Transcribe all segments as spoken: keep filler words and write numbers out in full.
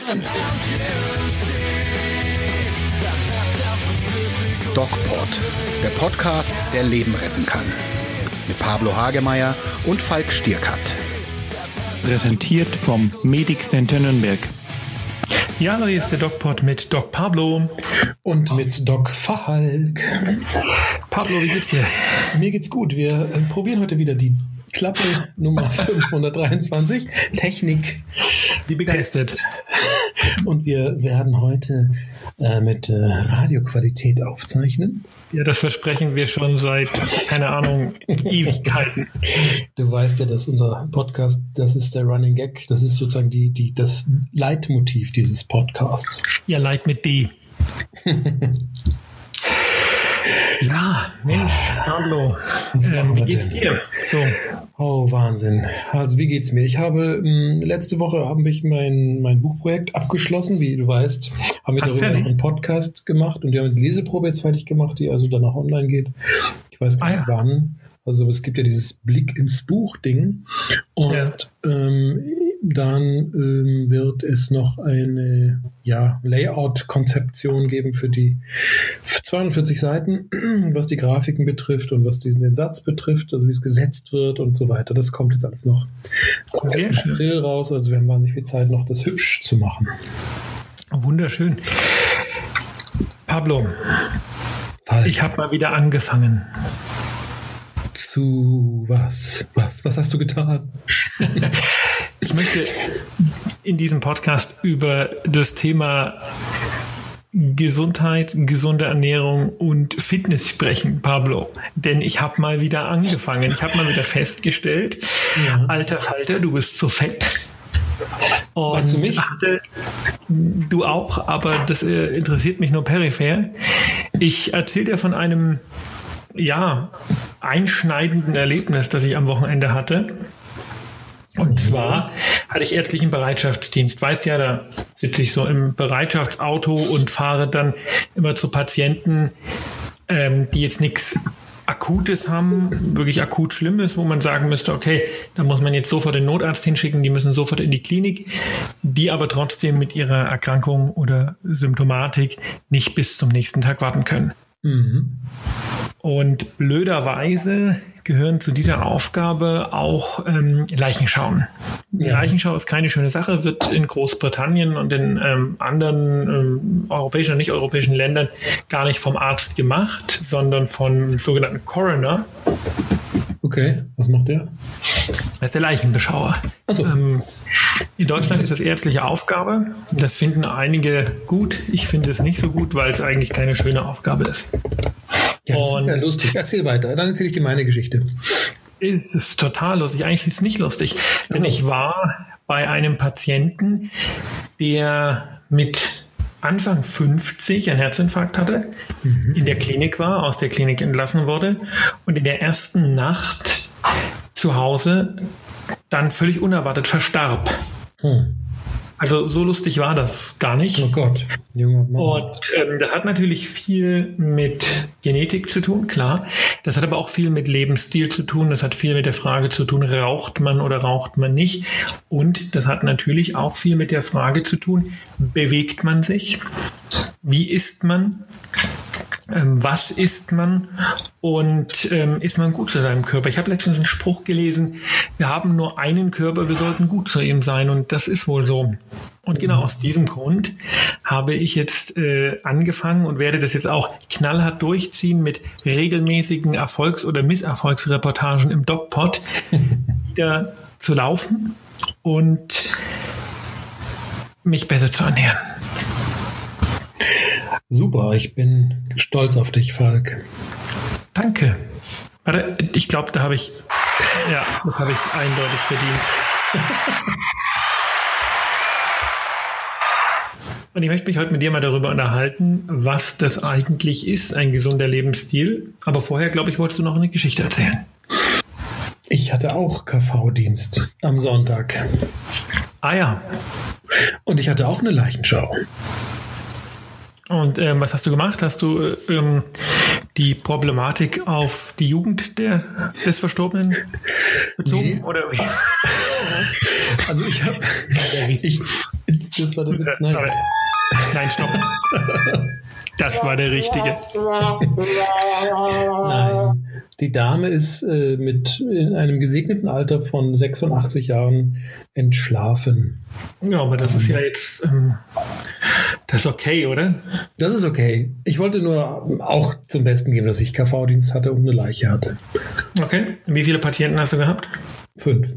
DocPod, der Podcast, der Leben retten kann. Mit Pablo Hagemeyer und Falk Stierkat. Präsentiert vom Medic Center Nürnberg. Ja, hallo, hier ist der DocPod mit Doc Pablo. Und mit Doc Falk. Pablo, wie geht's dir? Mir geht's gut. Wir äh, probieren heute wieder die Klappe Nummer fünfhundertdreiundzwanzig. Technik. Wie begeistert. Und wir werden heute äh, mit äh, Radioqualität aufzeichnen. Ja, das versprechen wir schon seit, keine Ahnung, Ewigkeiten. Du weißt ja, dass unser Podcast, das ist der Running Gag, das ist sozusagen die, die, das Leitmotiv dieses Podcasts. Ja, Leit mit D. Ja, Mensch, Pablo, ähm, wie geht's dir? So. Oh, Wahnsinn. Also wie geht's mir? Ich habe mh, letzte Woche habe ich mein, mein Buchprojekt abgeschlossen, wie du weißt. Haben wir Hast darüber fertig? noch einen Podcast gemacht und wir haben die Leseprobe jetzt fertig gemacht, die also danach online geht. Ich weiß gar nicht Ah, ja. wann. Also es gibt ja dieses Blick ins Buch-Ding. Und Ja. ähm, dann ähm, wird es noch eine ja, Layout-Konzeption geben für die zweiundvierzig Seiten, was die Grafiken betrifft und was die, den Satz betrifft, also wie es gesetzt wird und so weiter. Das kommt jetzt alles noch Sehr im schön. April raus. Also wir haben wahnsinnig viel Zeit, noch das hübsch zu machen. Wunderschön. Pablo, Falk, ich habe mal wieder angefangen. zu was? Was? Was hast du getan? Ich möchte in diesem Podcast über das Thema Gesundheit, gesunde Ernährung und Fitness sprechen, Pablo. Denn ich habe mal wieder angefangen. Ich habe mal wieder festgestellt, Ja. alter Falter, du bist zu fett. Und Meinst du mich? Dachte, du auch, aber das äh, interessiert mich nur peripher. Ich erzähle dir von einem, ja, einschneidenden Erlebnis, das ich am Wochenende hatte. Und zwar hatte ich ärztlichen Bereitschaftsdienst. Weißt ja, da sitze ich so im Bereitschaftsauto und fahre dann immer zu Patienten, ähm, die jetzt nichts Akutes haben, wirklich akut Schlimmes, wo man sagen müsste, okay, da muss man jetzt sofort den Notarzt hinschicken, die müssen sofort in die Klinik, die aber trotzdem mit ihrer Erkrankung oder Symptomatik nicht bis zum nächsten Tag warten können. Mhm. Und blöderweise gehören zu dieser Aufgabe auch ähm, Leichenschauen. Die Ja. Leichenschau ist keine schöne Sache, wird in Großbritannien und in ähm, anderen ähm, europäischen und nicht-europäischen Ländern gar nicht vom Arzt gemacht, sondern von sogenannten Coroner. Okay, was macht der? Das ist der Leichenbeschauer. Ach so. Ähm, in Deutschland ist das ärztliche Aufgabe. Das finden einige gut. Ich finde es nicht so gut, weil es eigentlich keine schöne Aufgabe ist. Ja, das Und- ist ja lustig. Erzähl weiter, dann erzähle ich dir meine Geschichte. Es ist total lustig. Eigentlich ist es nicht lustig. Denn ich war bei einem Patienten, der mit Anfang fünfzig einen Herzinfarkt hatte, in der Klinik war, aus der Klinik entlassen wurde und in der ersten Nacht zu Hause dann völlig unerwartet verstarb. Hm. Also so lustig war das gar nicht. Oh Gott, junger Mann. Und ähm, das hat natürlich viel mit Genetik zu tun, klar. Das hat aber auch viel mit Lebensstil zu tun. Das hat viel mit der Frage zu tun, raucht man oder raucht man nicht. Und das hat natürlich auch viel mit der Frage zu tun, bewegt man sich? Wie isst man? Ähm, was isst man? Und ähm, ist man gut zu seinem Körper? Ich habe letztens einen Spruch gelesen, wir haben nur einen Körper, wir sollten gut zu ihm sein. Und das ist wohl so. Und genau aus diesem Grund habe ich jetzt äh, angefangen und werde das jetzt auch knallhart durchziehen mit regelmäßigen Erfolgs- oder Misserfolgsreportagen im DocPod wieder zu laufen und mich besser zu ernähren. Super, ich bin stolz auf dich, Falk. Danke. Warte, ich glaube, da habe ich, ja, das habe ich eindeutig verdient. Und ich möchte mich heute mit dir mal darüber unterhalten, was das eigentlich ist, ein gesunder Lebensstil. Aber vorher, glaube ich, wolltest du noch eine Geschichte erzählen. Ich hatte auch K V-Dienst am Sonntag. Ah ja. Und ich hatte auch eine Leichenschau. Und ähm, was hast du gemacht? Hast du äh, ähm, die Problematik auf die Jugend der, des Verstorbenen bezogen? Nee. Oder? Also ich habe, ich, Das war der Witz. Nein, Nein stopp. Das war der richtige. Nein. Die Dame ist äh, mit in einem gesegneten Alter von sechsundachtzig Jahren entschlafen. Ja, aber das ist ja jetzt ähm, das ist okay, oder? Das ist okay. Ich wollte nur auch zum Besten geben, dass ich K V-Dienst hatte und eine Leiche hatte. Okay. Wie viele Patienten hast du gehabt? Fünf.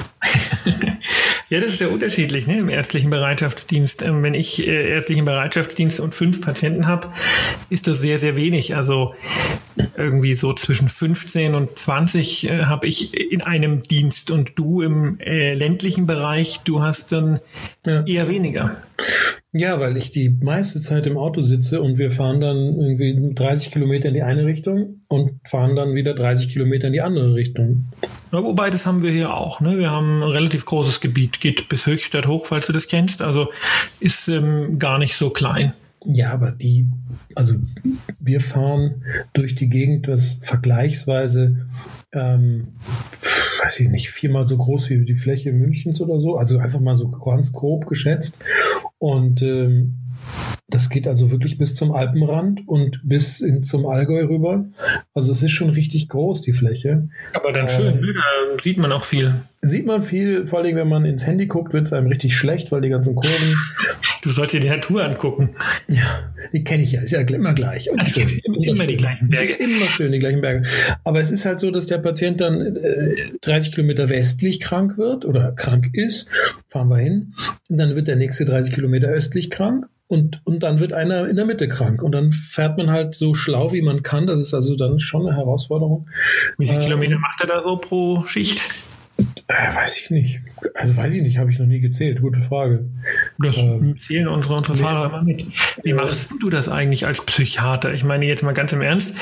Ja, das ist ja unterschiedlich, ne? Im ärztlichen Bereitschaftsdienst. Ähm, wenn ich äh, ärztlichen Bereitschaftsdienst und fünf Patienten habe, ist das sehr, sehr wenig. Also irgendwie so zwischen fünfzehn und zwanzig äh, habe ich in einem Dienst und du im äh, ländlichen Bereich, du hast dann ja. eher weniger. Ja, weil ich die meiste Zeit im Auto sitze und wir fahren dann irgendwie dreißig Kilometer in die eine Richtung und fahren dann wieder dreißig Kilometer in die andere Richtung. Ja, wobei, das haben wir hier auch. Ne? Wir haben ein relativ großes Gebiet, geht bis Höchstadt hoch, falls du das kennst. Also ist ähm, gar nicht so klein. Ja, aber die, also wir fahren durch die Gegend, das vergleichsweise, ähm, weiß ich nicht, viermal so groß wie die Fläche Münchens oder so. Also einfach mal so ganz grob geschätzt. Und ähm, das geht also wirklich bis zum Alpenrand und bis in, zum Allgäu rüber. Also es ist schon richtig groß, die Fläche. Aber dann schön, äh, da sieht man auch viel. Sieht man viel, vor allem wenn man ins Handy guckt, wird es einem richtig schlecht, weil die ganzen Kurven... Du sollst dir die Natur angucken. Ja, die kenne ich ja, ist ja immer gleich. Und schön, immer, immer die gleichen Berge. Immer schön, die gleichen Berge. Aber es ist halt so, dass der Patient dann äh, dreißig Kilometer westlich krank wird oder krank ist. Fahren wir hin. Und dann wird der nächste dreißig Kilometer östlich krank. Und, und dann wird einer in der Mitte krank. Und dann fährt man halt so schlau, wie man kann. Das ist also dann schon eine Herausforderung. Wie viele äh, Kilometer macht er da so pro Schicht? Äh, weiß ich nicht. Also weiß ich nicht, habe ich noch nie gezählt. Gute Frage. Das ähm, zählen unsere, unsere Fahrer immer mit. Wie machst du das eigentlich als Psychiater? Ich meine jetzt mal ganz im Ernst.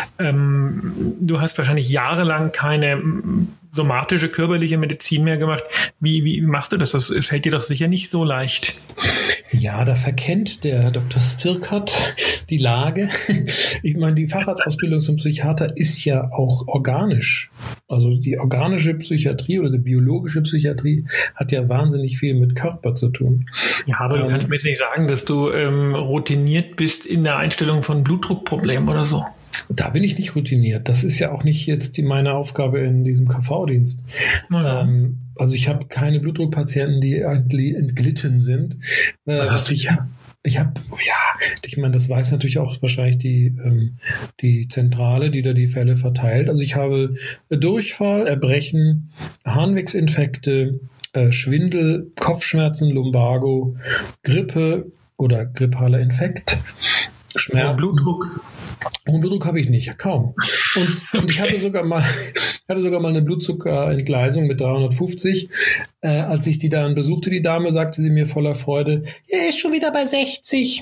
Ähm, du hast wahrscheinlich jahrelang keine somatische, körperliche Medizin mehr gemacht. Wie, wie machst du das? Das fällt dir doch sicher nicht so leicht. Ja, da verkennt der Doktor Stirkert die Lage. Ich meine, die Facharztausbildung zum Psychiater ist ja auch organisch. Also die organische Psychiatrie oder die biologische Psychiatrie hat ja wahnsinnig viel mit Körper zu tun. Ja, aber ähm, du kannst mir nicht sagen, dass du ähm, routiniert bist in der Einstellung von Blutdruckproblemen oder so. Da bin ich nicht routiniert. Das ist ja auch nicht jetzt die, meine Aufgabe in diesem K V-Dienst. Ja. Ähm, also ich habe keine Blutdruckpatienten, die entglitten sind. Was hast du? Ich habe, ich hab, ja, ich meine, das weiß natürlich auch wahrscheinlich die, ähm, die Zentrale, die da die Fälle verteilt. Also ich habe Durchfall, Erbrechen, Harnwegsinfekte, äh, Schwindel, Kopfschmerzen, Lumbago, Grippe oder grippaler Infekt, Schmerzen. Blutdruck. Hohen Blutdruck habe ich nicht, kaum. Und, und ich hatte sogar mal, hatte sogar mal eine Blutzuckerentgleisung mit dreihundertfünfzig. Äh, als ich die dann besuchte, die Dame, sagte sie mir voller Freude, er ist schon wieder bei sechzig.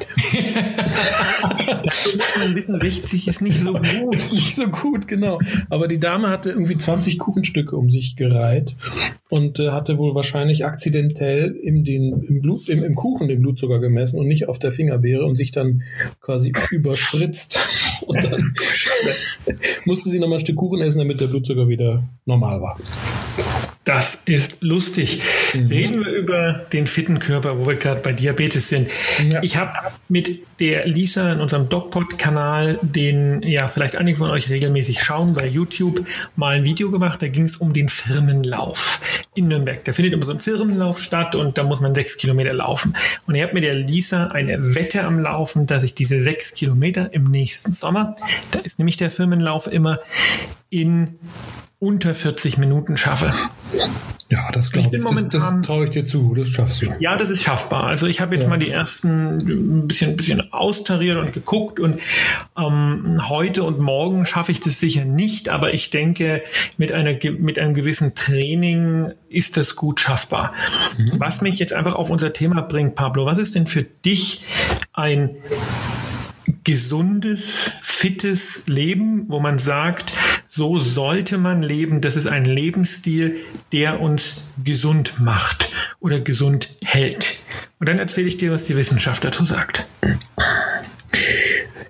Das muss man wissen, sechzig ist nicht so gut. Ist nicht so gut, genau. Aber die Dame hatte irgendwie zwanzig Kuchenstücke um sich gereiht und äh, hatte wohl wahrscheinlich akzidentell im, den, im, Blut, im, im Kuchen den Blutzucker gemessen und nicht auf der Fingerbeere und sich dann quasi überspritzt. Und dann musste sie nochmal ein Stück Kuchen essen, damit der Blutzucker wieder normal war. Das ist lustig. Mhm. Reden wir über den fitten Körper, wo wir gerade bei Diabetes sind. Ja. Ich habe mit der Lisa in unserem DocPod-Kanal, den ja vielleicht einige von euch regelmäßig schauen bei YouTube, mal ein Video gemacht. Da ging es um den Firmenlauf in Nürnberg. Da findet immer so ein Firmenlauf statt und da muss man sechs Kilometer laufen. Und ich habe mit der Lisa eine Wette am Laufen, dass ich diese sechs Kilometer im nächsten Sommer, da ist nämlich der Firmenlauf immer, in unter vierzig Minuten schaffe. Ja, das glaube ich. Das, das traue ich dir zu. Das schaffst du. Ja, das ist schaffbar. Also ich habe jetzt ja. mal die ersten ein bisschen, ein bisschen austariert und geguckt und ähm, heute und morgen schaffe ich das sicher nicht, aber ich denke, mit einer mit einem gewissen Training ist das gut schaffbar. Mhm. Was mich jetzt einfach auf unser Thema bringt, Pablo, was ist denn für dich ein gesundes, fittes Leben, wo man sagt, so sollte man leben, das ist ein Lebensstil, der uns gesund macht oder gesund hält. Und dann erzähle ich dir, was die Wissenschaft dazu sagt.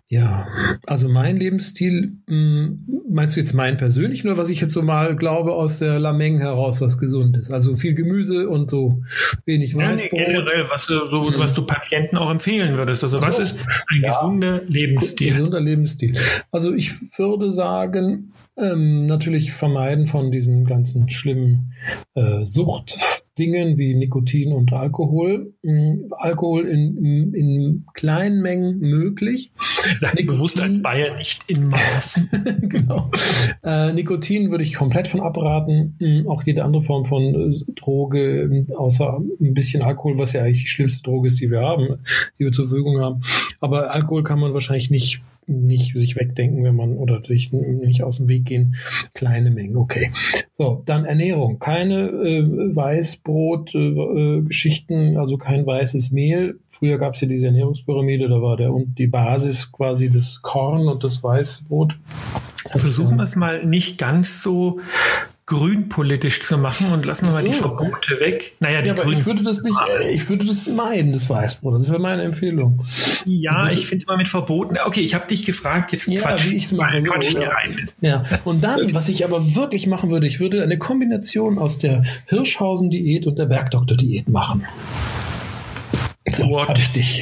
Ja, also mein Lebensstil, meinst du jetzt meinen persönlichen oder was ich jetzt so mal glaube aus der Lameng heraus, was gesund ist? Also viel Gemüse und so wenig ja, Weißbrot. Nee, generell, was du, so, was du Patienten auch empfehlen würdest. Also was so, ist ein ja, gesunder Lebensstil? Gesunder Lebensstil. Also ich würde sagen, ähm, natürlich vermeiden von diesen ganzen schlimmen äh, Suchtdingen wie Nikotin und Alkohol. Ähm, Alkohol in, in, in kleinen Mengen möglich. Sag ich bewusst als Bayer nicht in Maßen. Genau. Äh, Nikotin würde ich komplett von abraten. Ähm, auch jede andere Form von äh, Droge, äh, außer ein bisschen Alkohol, was ja eigentlich die schlimmste Droge ist, die wir haben, die wir zur Verfügung haben. Aber Alkohol kann man wahrscheinlich nicht nicht sich wegdenken, wenn man oder sich nicht aus dem Weg gehen. Kleine Mengen, okay. So, dann Ernährung. Keine äh, Weißbrot-Geschichten, äh, also kein weißes Mehl. Früher gab es ja diese Ernährungspyramide, da war der und die Basis quasi das Korn und das Weißbrot. Das Versuchen wir es mal nicht ganz so grünpolitisch zu machen und lassen wir mal die Oh. Verbote weg. Naja, die Ja, aber Grünen. ich würde das nicht, äh, ich würde das meiden, das Weißbrot. Das wäre meine Empfehlung. Ja, ich finde mal mit Verboten. Okay, ich habe dich gefragt, jetzt Ja, quatsch, wie ich's mache. So, quatsch ja. hier rein. Ja, und dann, was ich aber wirklich machen würde, ich würde eine Kombination aus der Hirschhausen-Diät und der Bergdoktor-Diät machen. So, What? hatte ich dich.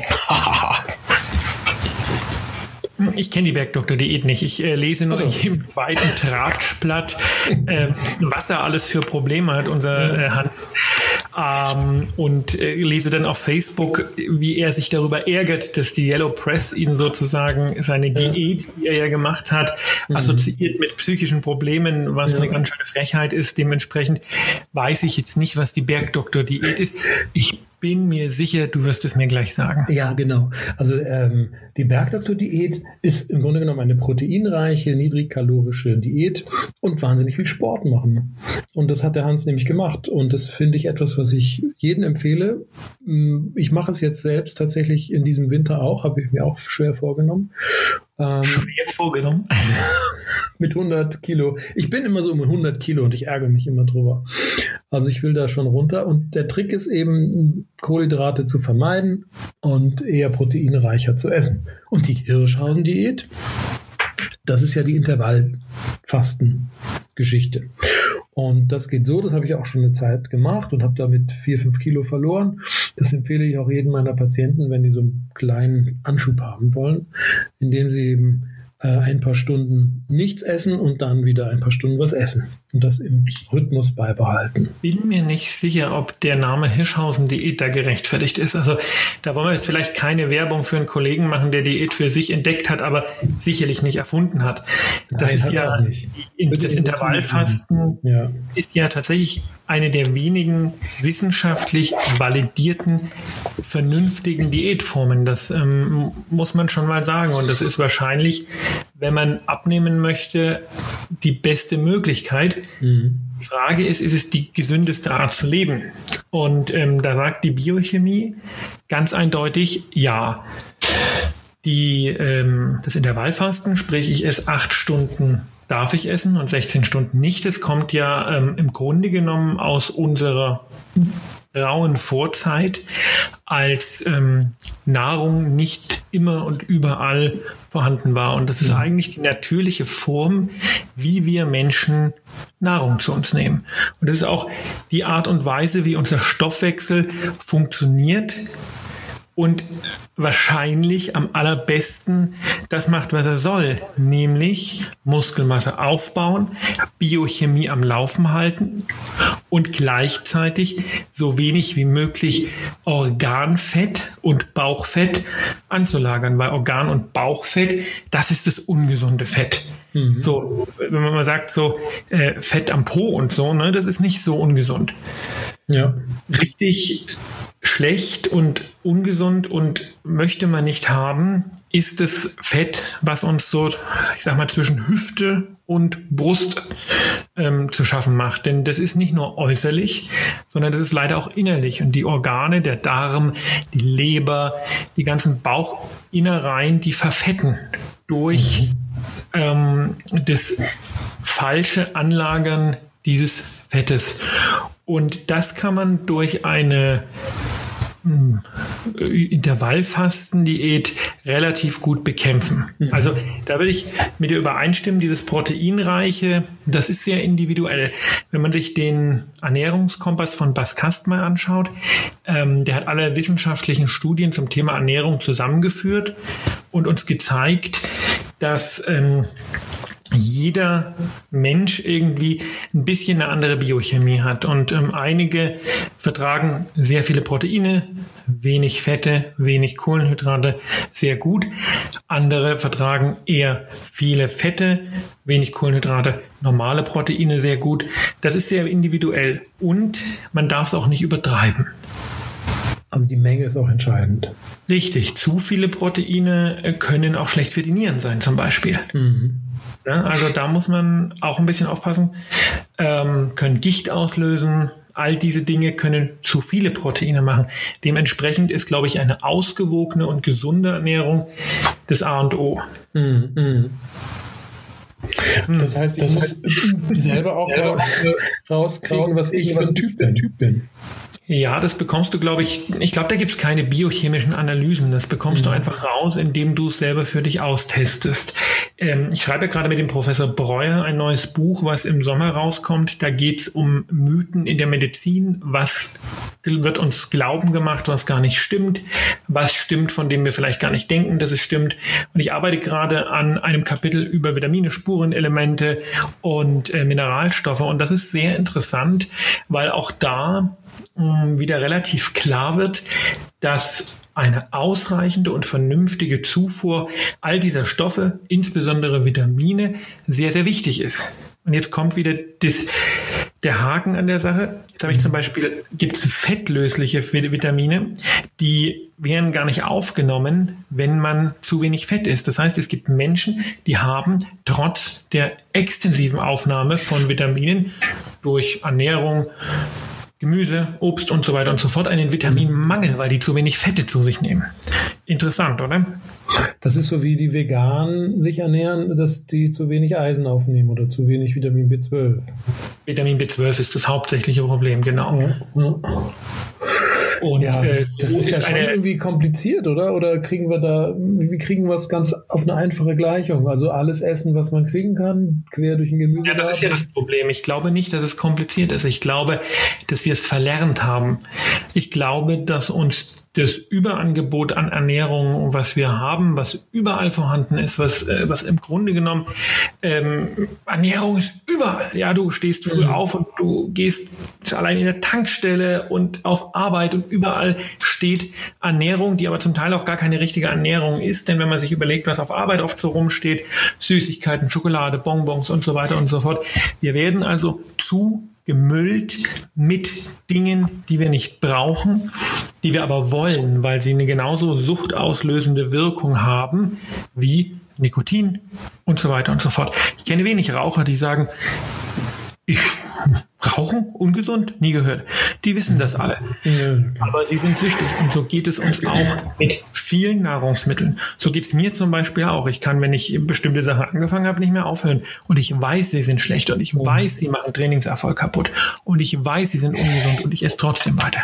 Ich kenne die Bergdoktor-Diät nicht. Ich äh, lese nur Also. in jedem zweiten Tratschblatt, äh, was er alles für Probleme hat, unser äh, Hans. Ähm, und äh, lese dann auf Facebook, wie er sich darüber ärgert, dass die Yellow Press ihn sozusagen seine Diät, die er ja gemacht hat, assoziiert mit psychischen Problemen, was Ja. eine ganz schöne Frechheit ist. Dementsprechend weiß ich jetzt nicht, was die Bergdoktor-Diät ist. Ich bin mir sicher, du wirst es mir gleich sagen. Ja, genau. Also ähm, die Bergdoktor-Diät ist im Grunde genommen eine proteinreiche, niedrigkalorische Diät und wahnsinnig viel Sport machen. Und das hat der Hans nämlich gemacht. Und das finde ich etwas, was ich jedem empfehle. Ich mache es jetzt selbst tatsächlich in diesem Winter auch, habe ich mir auch schwer vorgenommen. Ähm, Schwer vorgenommen. mit hundert Kilo. Ich bin immer so um hundert Kilo und ich ärgere mich immer drüber. Also ich will da schon runter. Und der Trick ist eben, Kohlenhydrate zu vermeiden und eher proteinreicher zu essen. Und die Hirschhausen-Diät, das ist ja die Intervallfasten-Geschichte. Und das geht so, das habe ich auch schon eine Zeit gemacht und habe damit vier, fünf Kilo verloren. Das empfehle ich auch jedem meiner Patienten, wenn die so einen kleinen Anschub haben wollen, indem sie eben äh, ein paar Stunden nichts essen und dann wieder ein paar Stunden was essen und das im Rhythmus beibehalten. Bin mir nicht sicher, ob der Name Hirschhausen-Diät da gerechtfertigt ist. Also da wollen wir jetzt vielleicht keine Werbung für einen Kollegen machen, der Diät für sich entdeckt hat, aber sicherlich nicht erfunden hat. Das Nein, ist hat er ja auch nicht. in, Bitte das in- Intervallfasten Ja. ist ja tatsächlich eine der wenigen wissenschaftlich validierten, vernünftigen Diätformen. Das ähm, muss man schon mal sagen. Und das ist wahrscheinlich, wenn man abnehmen möchte, die beste Möglichkeit. Mhm. Die Frage ist, ist es die gesündeste Art zu leben? Und ähm, da sagt die Biochemie ganz eindeutig ja. Die, ähm, das Intervallfasten, sprich ich esse acht Stunden darf ich essen und sechzehn Stunden nicht. Das kommt ja ähm, im Grunde genommen aus unserer rauen Vorzeit, als ähm, Nahrung nicht immer und überall vorhanden war. Und das ist eigentlich die natürliche Form, wie wir Menschen Nahrung zu uns nehmen. Und das ist auch die Art und Weise, wie unser Stoffwechsel funktioniert und wahrscheinlich am allerbesten das macht, was er soll, nämlich Muskelmasse aufbauen, Biochemie am Laufen halten und gleichzeitig so wenig wie möglich Organfett und Bauchfett anzulagern, weil Organ- und Bauchfett, das ist das ungesunde Fett. Mhm. So, wenn man mal sagt, so äh, Fett am Po und so, ne, das ist nicht so ungesund. Ja. Richtig schlecht und ungesund und möchte man nicht haben, ist das Fett, was uns so, ich sag mal, zwischen Hüfte und Brust ähm, zu schaffen macht. Denn das ist nicht nur äußerlich, sondern das ist leider auch innerlich. Und die Organe, der Darm, die Leber, die ganzen Bauchinnereien, die verfetten durch ähm, das falsche Anlagern dieses Fettes. Und das kann man durch eine Intervallfastendiät relativ gut bekämpfen. Mhm. Also da würde ich mit dir übereinstimmen, dieses Proteinreiche, das ist sehr individuell. Wenn man sich den Ernährungskompass von Bas Kastner anschaut, ähm, der hat alle wissenschaftlichen Studien zum Thema Ernährung zusammengeführt und uns gezeigt, dass ähm, jeder Mensch irgendwie ein bisschen eine andere Biochemie hat und ähm, einige vertragen sehr viele Proteine, wenig Fette, wenig Kohlenhydrate sehr gut. Andere vertragen eher viele Fette, wenig Kohlenhydrate, normale Proteine sehr gut. Das ist sehr individuell und man darf es auch nicht übertreiben. Also die Menge ist auch entscheidend. Richtig, zu viele Proteine können auch schlecht für die Nieren sein zum Beispiel. Mhm. Ja, also da muss man auch ein bisschen aufpassen, ähm, können Gicht auslösen. All diese Dinge können zu viele Proteine machen. Dementsprechend ist, glaube ich, eine ausgewogene und gesunde Ernährung das A und O. Mhm. Das heißt, ich das muss heißt, selber auch rauskriegen, was ich für ein Typ bin. Typ bin. Ja, das bekommst du, glaube ich, ich glaube, da gibt es keine biochemischen Analysen. Das bekommst mhm. du einfach raus, indem du es selber für dich austestest. Ähm, ich schreibe gerade mit dem Professor Breuer ein neues Buch, was im Sommer rauskommt. Da geht es um Mythen in der Medizin. Was wird uns glauben gemacht, was gar nicht stimmt? Was stimmt, von dem wir vielleicht gar nicht denken, dass es stimmt? Und ich arbeite gerade an einem Kapitel über Vitamine, Spurenelemente und äh, Mineralstoffe. Und das ist sehr interessant, weil auch da wieder relativ klar wird, dass eine ausreichende und vernünftige Zufuhr all dieser Stoffe, insbesondere Vitamine, sehr, sehr wichtig ist. Und jetzt kommt wieder das, der Haken an der Sache. Jetzt habe ich zum Beispiel, gibt es fettlösliche Vitamine, die werden gar nicht aufgenommen, wenn man zu wenig Fett isst. Das heißt, es gibt Menschen, die haben trotz der extensiven Aufnahme von Vitaminen durch Ernährung, Gemüse, Obst und so weiter und so fort einen Vitaminmangel, weil die zu wenig Fette zu sich nehmen. Interessant, oder? Das ist so, wie die Veganen sich ernähren, dass die zu wenig Eisen aufnehmen oder zu wenig Vitamin B zwölf. Vitamin B zwölf ist das hauptsächliche Problem, genau. Ja, ja. Und ja, äh, das ist, ist ja schon irgendwie kompliziert, oder? Oder kriegen wir da, wie kriegen wir es ganz auf eine einfache Gleichung? Also alles essen, was man kriegen kann, quer durch den Gemüse. Ja, das ist ja das Problem. Ich glaube nicht, dass es kompliziert ist. Ich glaube, dass wir es verlernt haben. Ich glaube, dass uns das Überangebot an Ernährung, was wir haben, was überall vorhanden ist, was, äh, was im Grunde genommen ähm, Ernährung ist überall. Ja, du stehst früh mhm. auf und du gehst allein in der Tankstelle und auf Arbeit und überall steht Ernährung, die aber zum Teil auch gar keine richtige Ernährung ist. Denn wenn man sich überlegt, was auf Arbeit oft so rumsteht, Süßigkeiten, Schokolade, Bonbons und so weiter und so fort. Wir werden also zu gemüllt mit Dingen, die wir nicht brauchen, die wir aber wollen, weil sie eine genauso suchtauslösende Wirkung haben wie Nikotin und so weiter und so fort. Ich kenne wenig Raucher, die sagen, ich rauchen, ungesund, nie gehört. Die wissen das alle. Aber sie sind süchtig und so geht es uns auch mit vielen Nahrungsmitteln. So geht es mir zum Beispiel auch. Ich kann, wenn ich bestimmte Sachen angefangen habe, nicht mehr aufhören. Und ich weiß, sie sind schlecht und ich weiß, sie machen Trainingserfolg kaputt. Und ich weiß, sie sind ungesund und ich esse trotzdem weiter.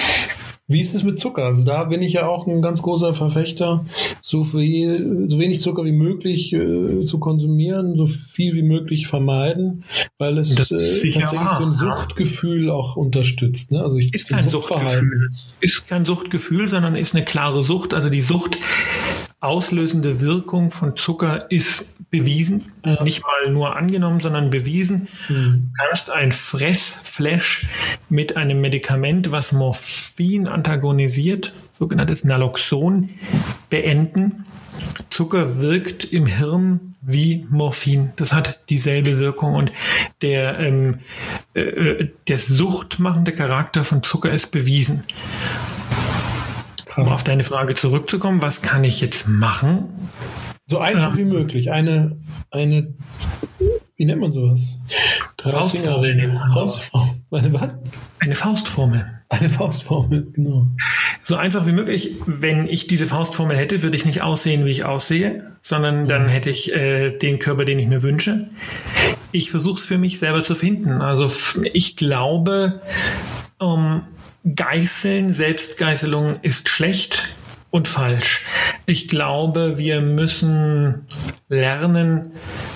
Wie ist es mit Zucker? Also da bin ich ja auch ein ganz großer Verfechter, so viel, so wenig Zucker wie möglich äh, zu konsumieren, so viel wie möglich vermeiden, weil es äh, tatsächlich so ein Suchtgefühl auch unterstützt. Ne? Also ich, ist kein Suchtgefühl, ist kein Suchtgefühl, sondern ist eine klare Sucht. Also die Sucht auslösende Wirkung von Zucker ist bewiesen, ja. Nicht mal nur angenommen, sondern bewiesen. Mhm. Du kannst ein Fressflash mit einem Medikament, was Morphin antagonisiert, sogenanntes Naloxon, beenden. Zucker wirkt im Hirn wie Morphin. Das hat dieselbe Wirkung und der, ähm, äh, der suchtmachende Charakter von Zucker ist bewiesen. Um auf deine Frage zurückzukommen, was kann ich jetzt machen? So einfach ja. wie möglich. Eine, eine, wie nennt man sowas? Faustformel. Faustformel. Eine was? Eine Faustformel. Eine Faustformel, genau. So einfach wie möglich. Wenn ich diese Faustformel hätte, würde ich nicht aussehen, wie ich aussehe, sondern dann hätte ich äh, den Körper, den ich mir wünsche. Ich versuche es für mich selber zu finden. Also ich glaube, um, Geißeln, Selbstgeißelung ist schlecht und falsch. Ich glaube, wir müssen lernen,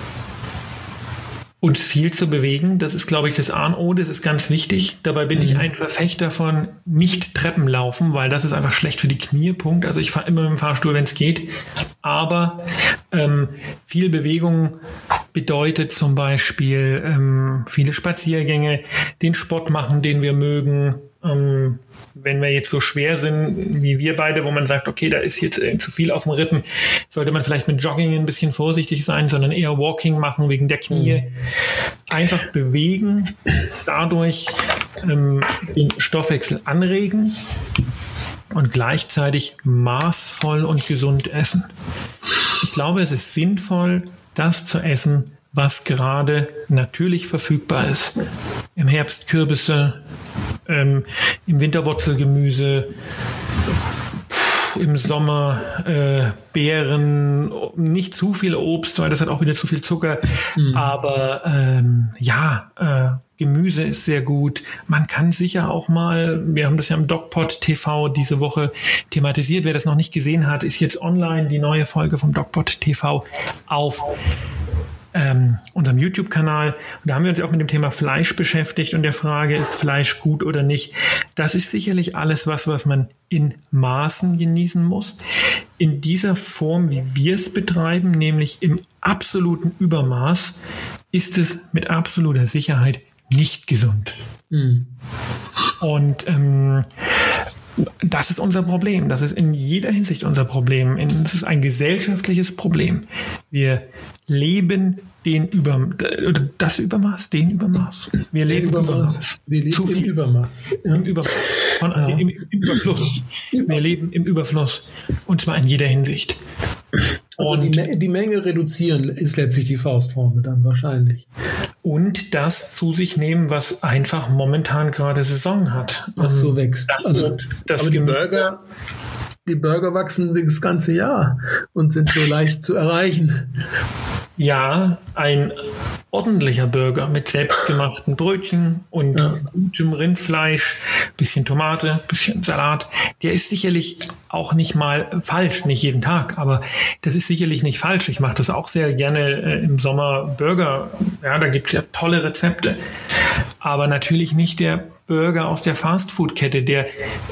uns viel zu bewegen. Das ist, glaube ich, das A und O, das ist ganz wichtig. Dabei bin mhm. ich ein Verfechter von nicht Treppen laufen, weil das ist einfach schlecht für die Knie, Punkt. Also ich fahre immer mit dem Fahrstuhl, wenn es geht. Aber ähm, viel Bewegung bedeutet zum Beispiel ähm, viele Spaziergänge, den Sport machen, den wir mögen. Ähm, wenn wir jetzt so schwer sind wie wir beide, wo man sagt, okay, da ist jetzt äh, zu viel auf dem Rippen, sollte man vielleicht mit Jogging ein bisschen vorsichtig sein, sondern eher Walking machen wegen der Knie. Mhm. Einfach bewegen, dadurch ähm, den Stoffwechsel anregen und gleichzeitig maßvoll und gesund essen. Ich glaube, es ist sinnvoll, das zu essen, was gerade natürlich verfügbar ist. Im Herbst Kürbisse, ähm, im Winter Wurzelgemüse, im Sommer äh, Beeren, nicht zu viel Obst, weil das hat auch wieder zu viel Zucker. Mhm. Aber ähm, ja, äh, Gemüse ist sehr gut. Man kann sicher auch mal, wir haben das ja im DocPod T V diese Woche thematisiert, wer das noch nicht gesehen hat, ist jetzt online die neue Folge vom DocPod T V auf Ähm, unserem YouTube-Kanal. Und da haben wir uns auch mit dem Thema Fleisch beschäftigt und der Frage, ist Fleisch gut oder nicht? Das ist sicherlich alles was, was man in Maßen genießen muss. In dieser Form, wie wir es betreiben, nämlich im absoluten Übermaß, ist es mit absoluter Sicherheit nicht gesund. Mhm. Und ähm, das ist unser Problem. Das ist in jeder Hinsicht unser Problem. Das ist ein gesellschaftliches Problem. Wir leben den Über, das Übermaß, den Übermaß. Wir leben Übermaß. Übermaß. Wir leben Zu viel. im Übermaß. Ja. Im Übermaß. Von, ja. im, Im Überfluss. Wir leben im Überfluss. Und zwar in jeder Hinsicht. Also und die, die Menge reduzieren ist letztlich die Faustformel dann wahrscheinlich. Und das zu sich nehmen, was einfach momentan gerade Saison hat. Was so wächst. Das, also, das aber die Burger, die Burger wachsen das ganze Jahr und sind so leicht zu erreichen. Ja, ein ordentlicher Burger mit selbstgemachten Brötchen und ja. gutem Rindfleisch, bisschen Tomate, bisschen Salat, der ist sicherlich auch nicht mal falsch, nicht jeden Tag, aber das ist sicherlich nicht falsch. Ich mache das auch sehr gerne äh, im Sommer Burger. Ja, da gibt's ja tolle Rezepte. Aber natürlich nicht der Burger aus der Fastfood-Kette, der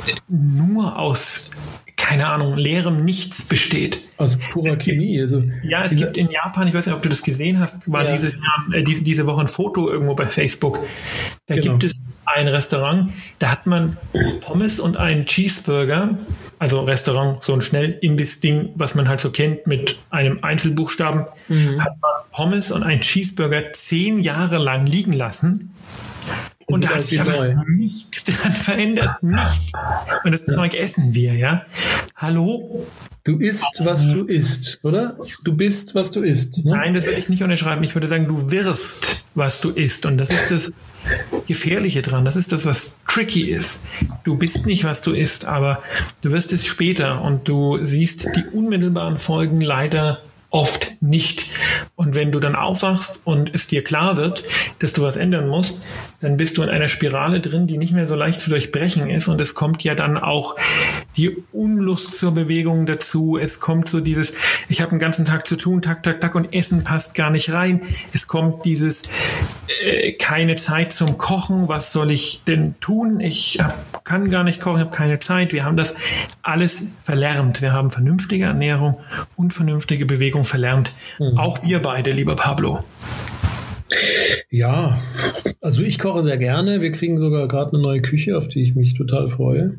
nur aus keine Ahnung, leerem Nichts besteht. Aus purer Chemie. Also ja, es gibt in Japan, ich weiß nicht, ob du das gesehen hast, war ja. dieses Jahr, äh, diese, diese Woche ein Foto irgendwo bei Facebook. Da genau. gibt es ein Restaurant, da hat man Pommes und einen Cheeseburger, also Restaurant, so ein Schnellimbiss-Ding, was man halt so kennt mit einem Einzelbuchstaben, mhm. hat man Pommes und einen Cheeseburger zehn Jahre lang liegen lassen. Und da hat sich aber nichts daran verändert. Nichts. Und das ja. Zeug essen wir, ja. Hallo? Du isst, was du isst, oder? Du bist, was du isst. Ne? Nein, das würde ich nicht unterschreiben. Ich würde sagen, du wirst, was du isst. Und das ist das Gefährliche dran. Das ist das, was tricky ist. Du bist nicht, was du isst, aber du wirst es später. Und du siehst die unmittelbaren Folgen leider oft nicht. Und wenn du dann aufwachst und es dir klar wird, dass du was ändern musst, dann bist du in einer Spirale drin, die nicht mehr so leicht zu durchbrechen ist. Und es kommt ja dann auch die Unlust zur Bewegung dazu. Es kommt so dieses, ich habe den ganzen Tag zu tun, tak, tak, tak, und Essen passt gar nicht rein. Es kommt dieses, äh, keine Zeit zum Kochen. Was soll ich denn tun? Ich hab, kann gar nicht kochen, ich habe keine Zeit. Wir haben das alles verlernt. Wir haben vernünftige Ernährung und vernünftige Bewegung verlernt. Mhm. Auch wir beide, lieber Pablo. Ja, also ich koche sehr gerne. Wir kriegen sogar gerade eine neue Küche, auf die ich mich total freue.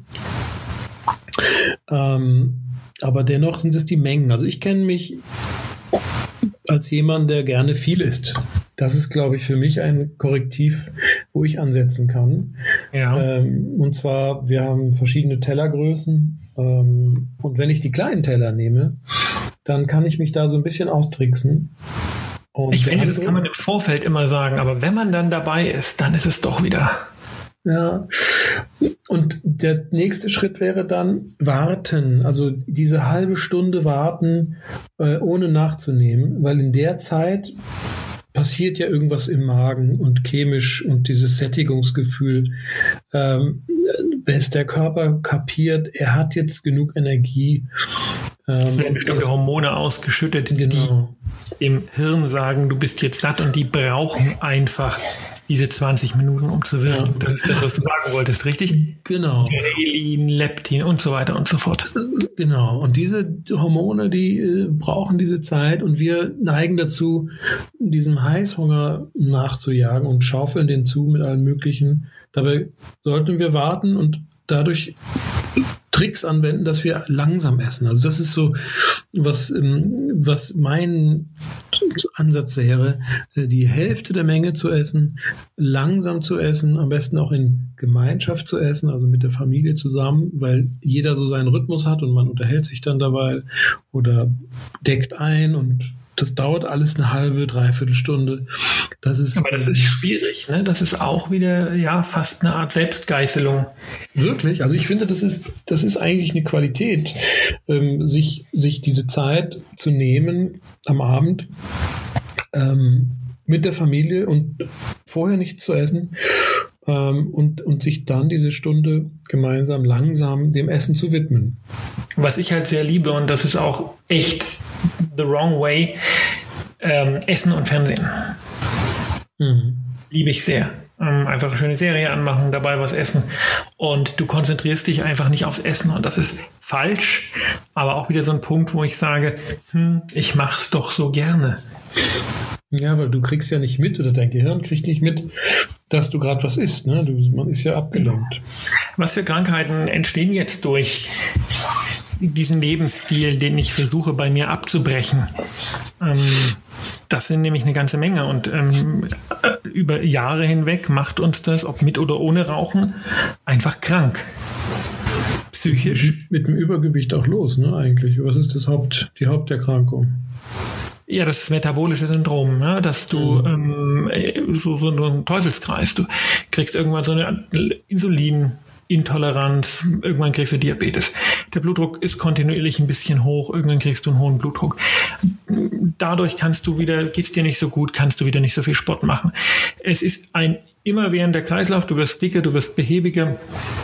Ähm, aber dennoch sind es die Mengen. Also ich kenne mich als jemand, der gerne viel isst. Das ist, glaube ich, für mich ein Korrektiv, wo ich ansetzen kann. Ja. Ähm, und zwar, wir haben verschiedene Tellergrößen. Ähm, und wenn ich die kleinen Teller nehme, dann kann ich mich da so ein bisschen austricksen. Und ich finde, das kann man im Vorfeld immer sagen, aber wenn man dann dabei ist, dann ist es doch wieder. Ja, und der nächste Schritt wäre dann warten, also diese halbe Stunde warten, äh, ohne nachzunehmen, weil in der Zeit passiert ja irgendwas im Magen und chemisch und dieses Sättigungsgefühl, ähm, bis der Körper kapiert, er hat jetzt genug Energie. Ähm, es werden bestimmte das, Hormone ausgeschüttet, genau. die im Hirn sagen, du bist jetzt satt und die brauchen einfach diese zwanzig Minuten, um zu wirken. Ja. Das ist das, was du sagen wolltest, richtig? Genau. Ghrelin, Leptin und so weiter und so fort. Genau. Und diese Hormone, die äh, brauchen diese Zeit und wir neigen dazu, diesem Heißhunger nachzujagen und schaufeln den zu mit allem Möglichen. Dabei sollten wir warten und dadurch Tricks anwenden, dass wir langsam essen. Also das ist so, was, was mein Ansatz wäre, die Hälfte der Menge zu essen, langsam zu essen, am besten auch in Gemeinschaft zu essen, also mit der Familie zusammen, weil jeder so seinen Rhythmus hat und man unterhält sich dann dabei oder deckt ein und das dauert alles eine halbe, dreiviertel Stunde. Das ist, aber das ist schwierig, ne? Das ist auch wieder ja fast eine Art Selbstgeißelung. Wirklich? Also ich finde, das ist, das ist eigentlich eine Qualität, ähm, sich, sich diese Zeit zu nehmen am Abend ähm, mit der Familie und vorher nichts zu essen ähm, und, und sich dann diese Stunde gemeinsam langsam dem Essen zu widmen. Was ich halt sehr liebe, und das ist auch echt the wrong way, ähm, Essen und Fernsehen. Mhm. Liebe ich sehr. Ähm, einfach eine schöne Serie anmachen, dabei was essen und du konzentrierst dich einfach nicht aufs Essen und das ist falsch, aber auch wieder so ein Punkt, wo ich sage, hm, ich mach's doch so gerne. Ja, weil du kriegst ja nicht mit oder dein Gehirn kriegt nicht mit, dass du gerade was isst. Ne? Du, man ist ja abgelenkt. Was für Krankheiten entstehen jetzt durch diesen Lebensstil, den ich versuche bei mir abzubrechen? Ähm, das sind nämlich eine ganze Menge und ähm, über Jahre hinweg macht uns das, ob mit oder ohne Rauchen, einfach krank. Psychisch. Mit dem Übergewicht auch los, ne, eigentlich. Was ist das Haupt, die Haupterkrankung? Ja, das metabolische Syndrom, ne? Dass du mhm. ähm, so, so ein Teufelskreis, du kriegst irgendwann so eine Insulinintoleranz, irgendwann kriegst du Diabetes. Der Blutdruck ist kontinuierlich ein bisschen hoch, irgendwann kriegst du einen hohen Blutdruck. Dadurch kannst du wieder, geht's dir nicht so gut, kannst du wieder nicht so viel Sport machen. Es ist ein immerwährender Kreislauf, du wirst dicker, du wirst behäbiger.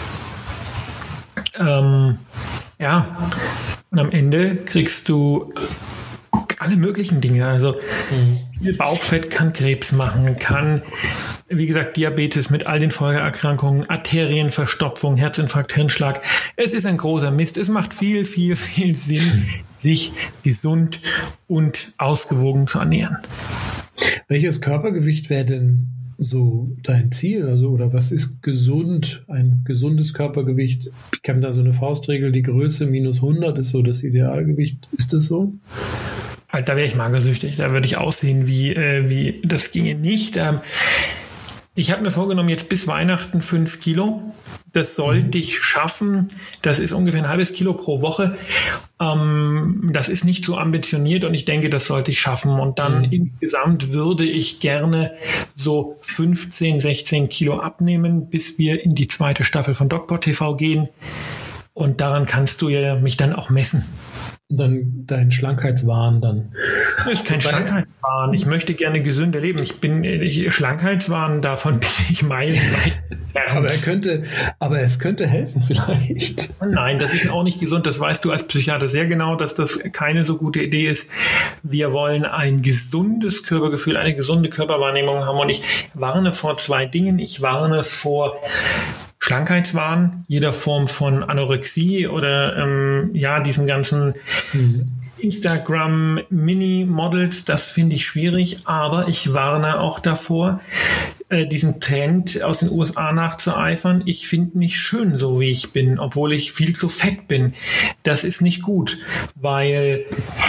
Ähm, ja, und am Ende kriegst du alle möglichen Dinge. Also mhm. Bauchfett kann Krebs machen, kann, wie gesagt, Diabetes mit all den Folgeerkrankungen, Arterienverstopfung, Herzinfarkt, Hirnschlag. Es ist ein großer Mist. Es macht viel, viel, viel Sinn, sich gesund und ausgewogen zu ernähren. Welches Körpergewicht wäre denn so dein Ziel? Also, oder was ist gesund? Ein gesundes Körpergewicht? Ich kenne da so eine Faustregel, die Größe minus hundert ist so das Idealgewicht. Ist das so? Da wäre ich magersüchtig, da würde ich aussehen wie, äh, wie das ginge nicht. Ähm, ich habe mir vorgenommen, jetzt bis Weihnachten fünf Kilo. Das sollte ich schaffen. Das ist ungefähr ein halbes Kilo pro Woche. Ähm, das ist nicht so ambitioniert und ich denke, das sollte ich schaffen. Und dann mhm. insgesamt würde ich gerne so fünfzehn, sechzehn Kilo abnehmen, bis wir in die zweite Staffel von DocPod T V gehen. Und daran kannst du ja mich dann auch messen. Dann dein Schlankheitswahn dann. Das ist kein Schlankheitswahn. Ich möchte gerne gesünder leben. Ich bin ich, Schlankheitswahn, davon bin ich meilenweit entfernt. Aber er könnte, aber es könnte helfen vielleicht. Nein, das ist auch nicht gesund. Das weißt du als Psychiater sehr genau, dass das keine so gute Idee ist. Wir wollen ein gesundes Körpergefühl, eine gesunde Körperwahrnehmung haben. Und ich warne vor zwei Dingen. Ich warne vor Schlankheitswahn, jeder Form von Anorexie oder ähm, ja, diesen ganzen mhm. Instagram-Mini-Models, das finde ich schwierig, aber ich warne auch davor, äh, diesen Trend aus den U S A nachzueifern. Ich finde mich schön, so wie ich bin, obwohl ich viel zu fett bin. Das ist nicht gut, weil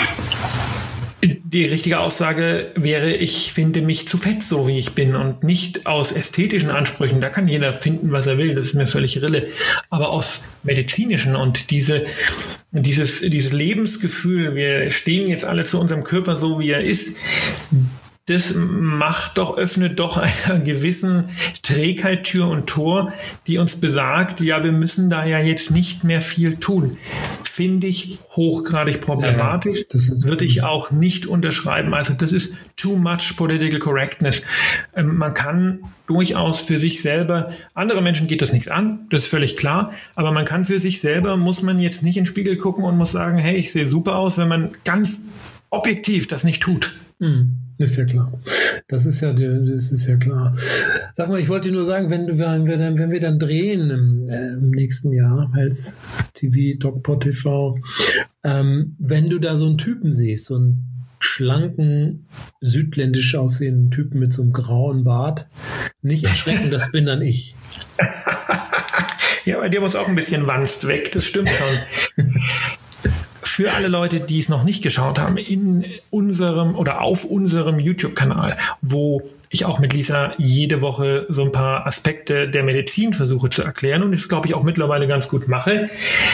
die richtige Aussage wäre, ich finde mich zu fett, so wie ich bin und nicht aus ästhetischen Ansprüchen. Da kann jeder finden, was er will. Das ist mir völlig Rille. Aber aus medizinischen und diese, dieses, dieses Lebensgefühl, wir stehen jetzt alle zu unserem Körper so, wie er ist, das macht doch, öffnet doch einer gewissen Trägheit Tür und Tor, die uns besagt, ja, wir müssen da ja jetzt nicht mehr viel tun. finde ich hochgradig problematisch. Ja, das ist würde ich auch nicht unterschreiben. Also das ist too much political correctness. Ähm, man kann durchaus für sich selber, andere Menschen geht das nichts an, das ist völlig klar, aber man kann für sich selber, muss man jetzt nicht in den Spiegel gucken und muss sagen, hey, ich sehe super aus, wenn man ganz objektiv das nicht tut. Mhm. Ist ja klar. Das ist ja, das ist ja klar. Sag mal, ich wollte dir nur sagen, wenn, du, wenn, wir, dann, wenn wir dann drehen im, äh, im nächsten Jahr als T V, DocPod T V, ähm, wenn du da so einen Typen siehst, so einen schlanken, südländisch aussehenden Typen mit so einem grauen Bart, nicht erschrecken, das bin dann ich. Ja, bei dir muss auch ein bisschen Wanst weg, das stimmt schon. Für alle Leute, die es noch nicht geschaut haben, in unserem oder auf unserem YouTube-Kanal, wo ich auch mit Lisa jede Woche so ein paar Aspekte der Medizin versuche zu erklären und das, glaube ich, auch mittlerweile ganz gut mache,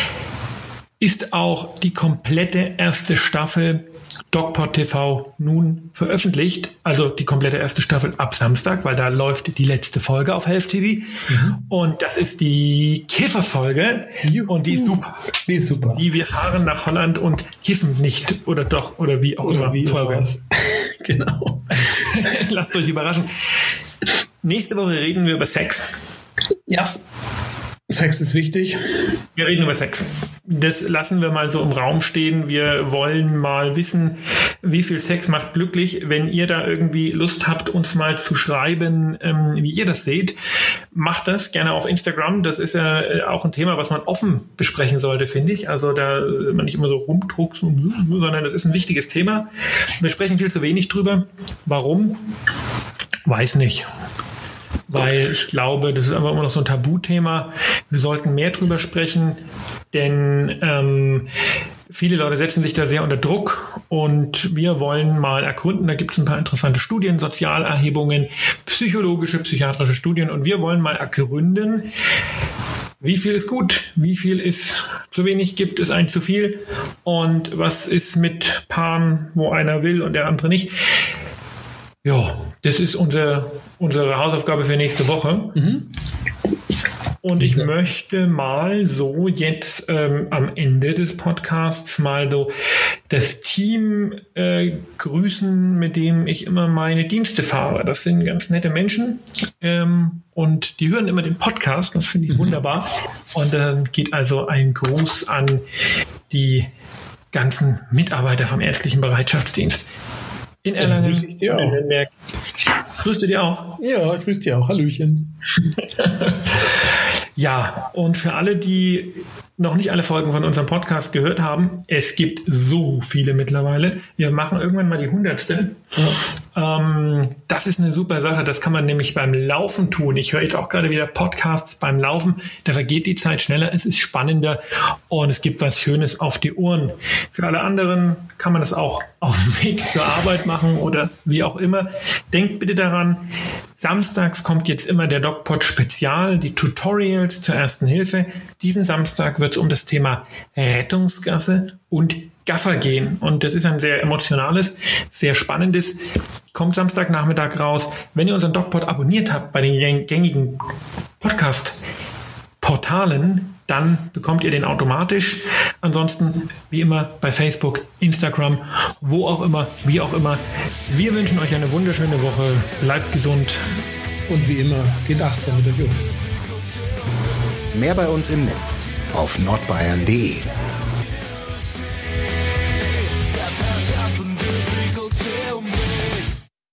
ist auch die komplette erste Staffel DocPod T V nun veröffentlicht, also die komplette erste Staffel ab Samstag, weil da läuft die letzte Folge auf Health T V mhm. und das ist die Kiffer-Folge und die ist super. Die ist super. Die wir fahren nach Holland und kiffen nicht oder doch oder wie auch oder immer. Wie Folge. Genau. Lasst euch überraschen. Nächste Woche reden wir über Sex. Ja. Sex ist wichtig. Wir reden über Sex. Das lassen wir mal so im Raum stehen. Wir wollen mal wissen, wie viel Sex macht glücklich. Wenn ihr da irgendwie Lust habt, uns mal zu schreiben, ähm, wie ihr das seht, macht das gerne auf Instagram. Das ist ja auch ein Thema, was man offen besprechen sollte, finde ich. Also da man nicht immer so rumdrucksen, sondern das ist ein wichtiges Thema. Wir sprechen viel zu wenig drüber. Warum? Weiß nicht. Weil ich glaube, das ist einfach immer noch so ein Tabuthema. Wir sollten mehr drüber sprechen, denn ähm, viele Leute setzen sich da sehr unter Druck und wir wollen mal ergründen, da gibt es ein paar interessante Studien, Sozialerhebungen, psychologische, psychiatrische Studien und wir wollen mal ergründen, wie viel ist gut, wie viel ist zu wenig, gibt es ein zu viel und was ist mit Paaren, wo einer will und der andere nicht. Ja, das ist unser, unsere Hausaufgabe für nächste Woche. Mhm. Und ich okay. möchte mal so jetzt ähm, am Ende des Podcasts mal so das Team äh, grüßen, mit dem ich immer meine Dienste fahre. Das sind ganz nette Menschen ähm, und die hören immer den Podcast. Das finde ich mhm. wunderbar. Und dann geht also ein Gruß an die ganzen Mitarbeiter vom ärztlichen Bereitschaftsdienst. In Erlangen, ja, in Nürnberg. Grüßt du dir auch? Ja, ich grüße dir auch. Hallöchen. Ja, und für alle, die noch nicht alle Folgen von unserem Podcast gehört haben, es gibt so viele mittlerweile. Wir machen irgendwann mal die hundertste. Ja. Ähm, das ist eine super Sache. Das kann man nämlich beim Laufen tun. Ich höre jetzt auch gerade wieder Podcasts beim Laufen. Da vergeht die Zeit schneller. Es ist spannender und es gibt was Schönes auf die Ohren. Für alle anderen kann man das auch auf dem Weg zur Arbeit machen oder wie auch immer. Denkt bitte daran, samstags kommt jetzt immer der DocPod Spezial, die Tutorials zur Ersten Hilfe. Diesen Samstag wird es um das Thema Rettungsgasse und Gaffer gehen. Und das ist ein sehr emotionales, sehr spannendes. Kommt Samstagnachmittag raus. Wenn ihr unseren DocPod abonniert habt bei den gängigen Podcast-Portalen, dann bekommt ihr den automatisch. Ansonsten, wie immer, bei Facebook, Instagram, wo auch immer, wie auch immer. Wir wünschen euch eine wunderschöne Woche. Bleibt gesund. Und wie immer, geht achtsam mit euch um. Mehr bei uns im Netz auf nordbayern punkt de.